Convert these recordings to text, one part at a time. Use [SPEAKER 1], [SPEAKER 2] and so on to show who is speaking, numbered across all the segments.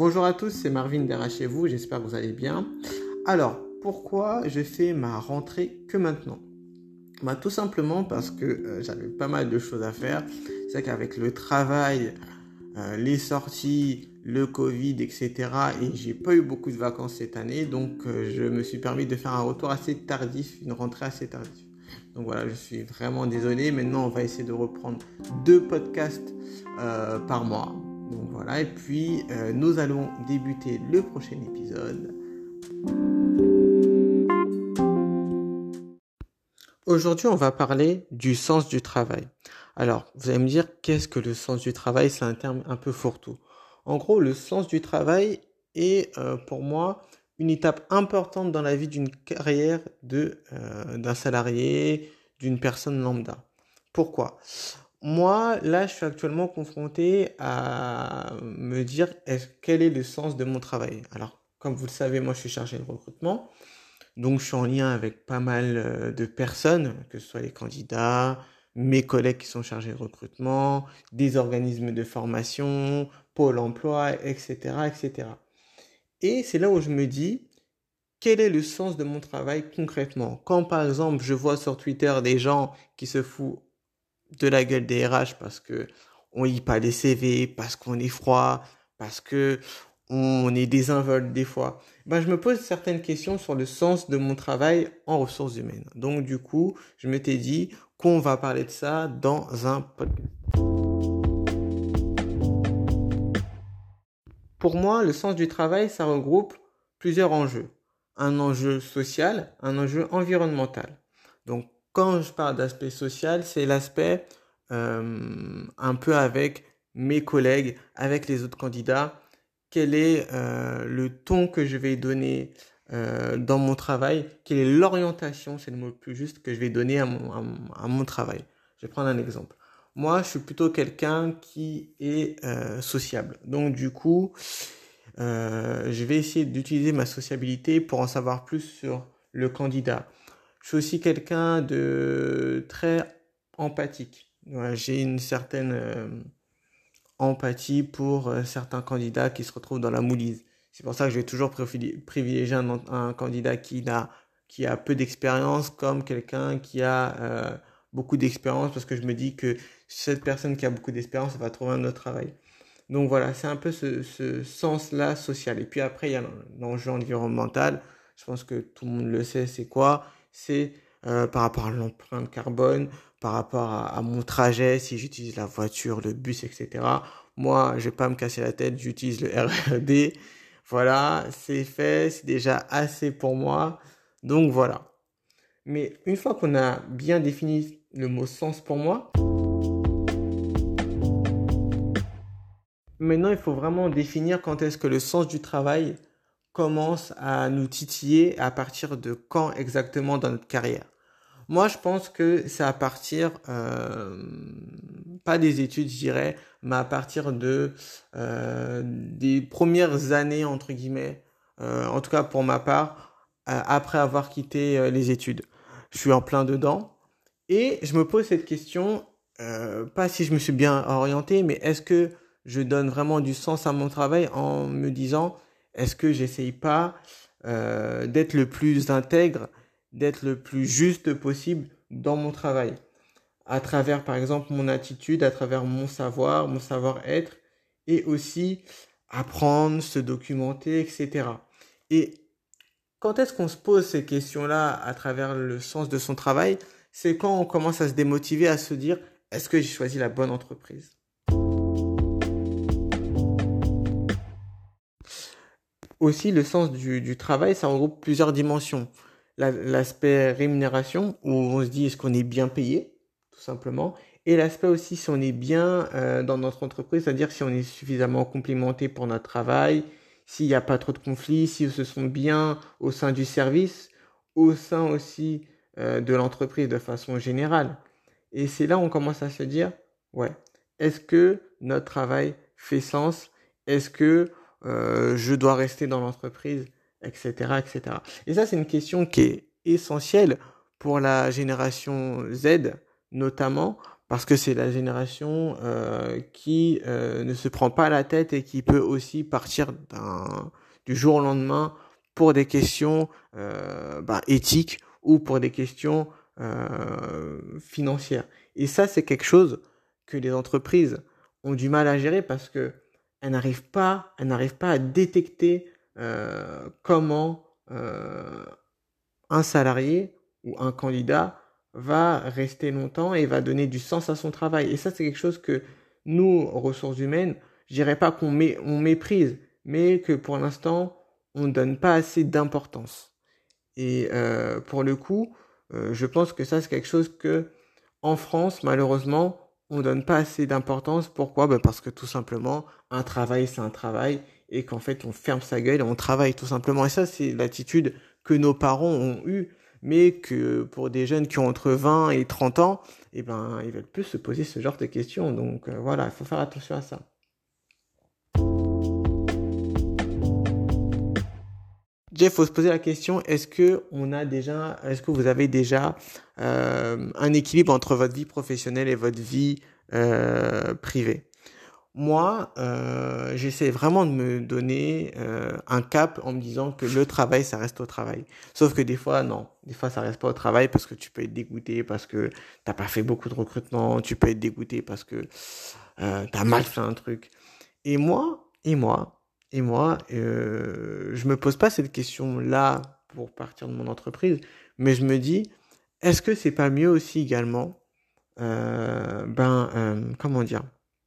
[SPEAKER 1] Bonjour à tous, c'est Marvin derrière chez vous, j'espère que vous allez bien. Alors, pourquoi je fais ma rentrée que maintenant? Tout simplement parce que j'avais pas mal de choses à faire. C'est vrai qu'avec le travail, les sorties, le Covid, etc. Et j'ai pas eu beaucoup de vacances cette année, donc je me suis permis de faire un retour assez tardif, une rentrée assez tardive. Donc voilà, je suis vraiment désolé. Maintenant, on va essayer de reprendre 2 podcasts par mois. Donc voilà, et puis nous allons débuter le prochain épisode. Aujourd'hui, on va parler du sens du travail. Alors, vous allez me dire, qu'est-ce que le sens du travail? C'est un terme un peu fourre-tout. En gros, le sens du travail est pour moi une étape importante dans la vie d'une carrière d'un salarié, d'une personne lambda. Pourquoi? Moi, là, je suis actuellement confronté à me dire quel est le sens de mon travail. Alors, comme vous le savez, moi, je suis chargé de recrutement. Donc, je suis en lien avec pas mal de personnes, que ce soit les candidats, mes collègues qui sont chargés de recrutement, des organismes de formation, Pôle emploi, etc., etc. Et c'est là où je me dis, quel est le sens de mon travail concrètement? Quand, par exemple, je vois sur Twitter des gens qui se foutent de la gueule des RH parce que on lit pas les CV, parce qu'on est froid, parce que on est désinvolte des fois. Je me pose certaines questions sur le sens de mon travail en ressources humaines. Donc du coup, je m'étais dit qu'on va parler de ça dans un podcast. Pour moi, le sens du travail, ça regroupe plusieurs enjeux. Un enjeu social, un enjeu environnemental. Donc, quand je parle d'aspect social, c'est l'aspect un peu avec mes collègues, avec les autres candidats. Quel est le ton que je vais donner dans mon travail? Quelle est l'orientation, c'est le mot le plus juste, que je vais donner à mon travail? Je vais prendre un exemple. Moi, je suis plutôt quelqu'un qui est sociable. Donc, du coup, je vais essayer d'utiliser ma sociabilité pour en savoir plus sur le candidat. Je suis aussi quelqu'un de très empathique. Voilà, j'ai une certaine empathie pour certains candidats qui se retrouvent dans la moulise. C'est pour ça que je vais toujours privilégier un candidat qui a peu d'expérience comme quelqu'un qui a beaucoup d'expérience, parce que je me dis que cette personne qui a beaucoup d'expérience va trouver un autre travail. Donc voilà, c'est un peu ce sens-là social. Et puis après, il y a l'enjeu environnemental. Je pense que tout le monde le sait, c'est quoi? C'est par rapport à l'empreinte carbone, par rapport à mon trajet, si j'utilise la voiture, le bus, etc. Moi, je vais pas me casser la tête, j'utilise le RERD. Voilà, c'est fait, c'est déjà assez pour moi. Donc voilà. Mais une fois qu'on a bien défini le mot sens pour moi, maintenant, il faut vraiment définir quand est-ce que le sens du travail commence à nous titiller, à partir de quand exactement dans notre carrière. Moi, je pense que c'est à partir, pas des études, je dirais, mais à partir des premières années, entre guillemets, en tout cas pour ma part, après avoir quitté les études. Je suis en plein dedans et je me pose cette question, pas si je me suis bien orienté, mais est-ce que je donne vraiment du sens à mon travail en me disant, est-ce que j'essaye pas d'être le plus intègre, d'être le plus juste possible dans mon travail, à travers par exemple mon attitude, à travers mon savoir, mon savoir-être, et aussi apprendre, se documenter, etc. Et quand est-ce qu'on se pose ces questions-là à travers le sens de son travail? C'est quand on commence à se démotiver, à se dire, est-ce que j'ai choisi la bonne entreprise? Aussi, le sens du travail, ça regroupe plusieurs dimensions. L'aspect rémunération, où on se dit est-ce qu'on est bien payé, tout simplement. Et l'aspect aussi si on est bien dans notre entreprise, c'est-à-dire si on est suffisamment complimenté pour notre travail, s'il n'y a pas trop de conflits, si on se sent bien au sein du service, au sein aussi de l'entreprise de façon générale. Et c'est là où on commence à se dire, ouais, est-ce que notre travail fait sens? Est-ce que je dois rester dans l'entreprise, etc., etc. Et ça, c'est une question qui est essentielle pour la génération Z, notamment, parce que c'est la génération qui ne se prend pas la tête et qui peut aussi partir du jour au lendemain pour des questions éthiques ou pour des questions financières. Et ça, c'est quelque chose que les entreprises ont du mal à gérer parce que elles n'arrivent pas à détecter comment un salarié ou un candidat va rester longtemps et va donner du sens à son travail. Et ça, c'est quelque chose que nous, ressources humaines, je dirais pas on méprise, mais que pour l'instant, on ne donne pas assez d'importance. Et pour le coup, je pense que ça, c'est quelque chose que, en France, malheureusement, on donne pas assez d'importance. Pourquoi? Parce que tout simplement, un travail, c'est un travail, et qu'en fait, on ferme sa gueule et on travaille tout simplement. Et ça, c'est l'attitude que nos parents ont eue, mais que pour des jeunes qui ont entre 20 et 30 ans, ils veulent plus se poser ce genre de questions. Donc voilà, il faut faire attention à ça. Jeff, faut se poser la question, est-ce que vous avez déjà un équilibre entre votre vie professionnelle et votre vie privée? Moi, j'essaie vraiment de me donner un cap en me disant que le travail, ça reste au travail. Sauf que des fois, non. Des fois, ça reste pas au travail parce que tu peux être dégoûté, parce que t'as pas fait beaucoup de recrutement, tu peux être dégoûté parce que t'as mal fait un truc. Je me pose pas cette question-là pour partir de mon entreprise, mais je me dis, est-ce que c'est pas mieux aussi également, comment dire,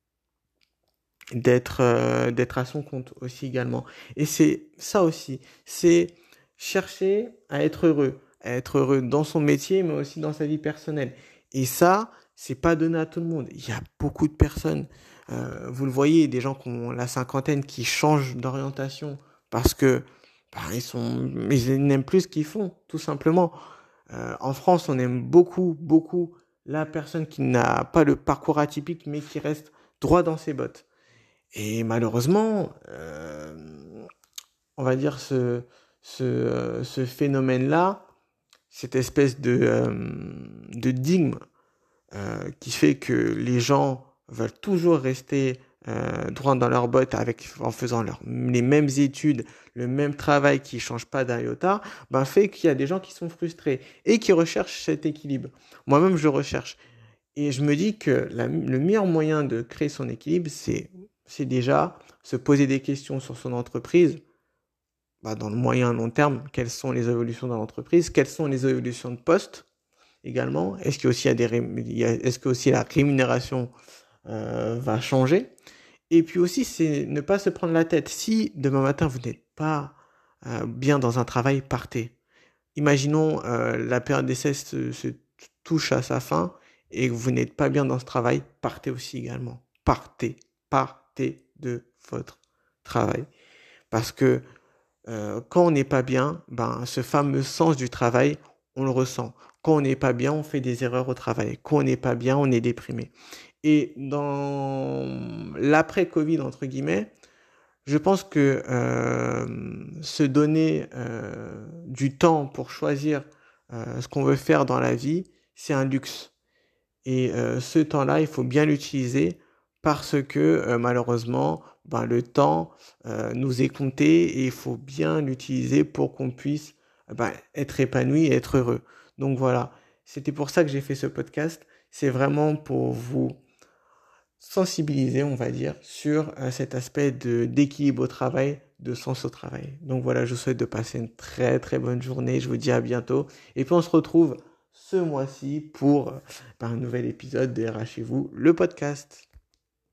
[SPEAKER 1] d'être à son compte aussi également. Et c'est ça aussi, c'est chercher à être heureux dans son métier, mais aussi dans sa vie personnelle. Et ça, c'est pas donné à tout le monde. Il y a beaucoup de personnes, vous le voyez, des gens qui ont la cinquantaine qui changent d'orientation parce que ils n'aiment plus ce qu'ils font, tout simplement. En France, on aime beaucoup la personne qui n'a pas le parcours atypique, mais qui reste droit dans ses bottes. Et malheureusement, on va dire ce phénomène-là, cette espèce de dogme qui fait que les gens veulent toujours rester droit dans leurs bottes en faisant les mêmes études, le même travail qui ne change pas d'un iota, fait qu'il y a des gens qui sont frustrés et qui recherchent cet équilibre. Moi-même, je recherche. Et je me dis que le meilleur moyen de créer son équilibre, c'est déjà se poser des questions sur son entreprise, dans le moyen long terme, quelles sont les évolutions dans l'entreprise, quelles sont les évolutions de poste également, est-ce que aussi la rémunération va changer, et puis aussi c'est ne pas se prendre la tête. Si demain matin vous n'êtes pas bien dans un travail, partez. Imaginons la période d'essai se touche à sa fin et que vous n'êtes pas bien dans ce travail, partez aussi également. Partez de votre travail. Parce que quand on n'est pas bien, ce fameux sens du travail, on le ressent. Quand on n'est pas bien, on fait des erreurs au travail. Quand on n'est pas bien, on est déprimé. Et dans l'après-Covid, entre guillemets, je pense que se donner du temps pour choisir ce qu'on veut faire dans la vie, c'est un luxe. Et ce temps-là, il faut bien l'utiliser parce que malheureusement, le temps nous est compté et il faut bien l'utiliser pour qu'on puisse être épanoui et être heureux. Donc voilà, c'était pour ça que j'ai fait ce podcast. C'est vraiment pour vous sensibiliser, on va dire, sur cet aspect d'équilibre au travail, de sens au travail. Donc voilà, je vous souhaite de passer une très très bonne journée. Je vous dis à bientôt. Et puis on se retrouve ce mois-ci pour un nouvel épisode de RH chez vous, le podcast.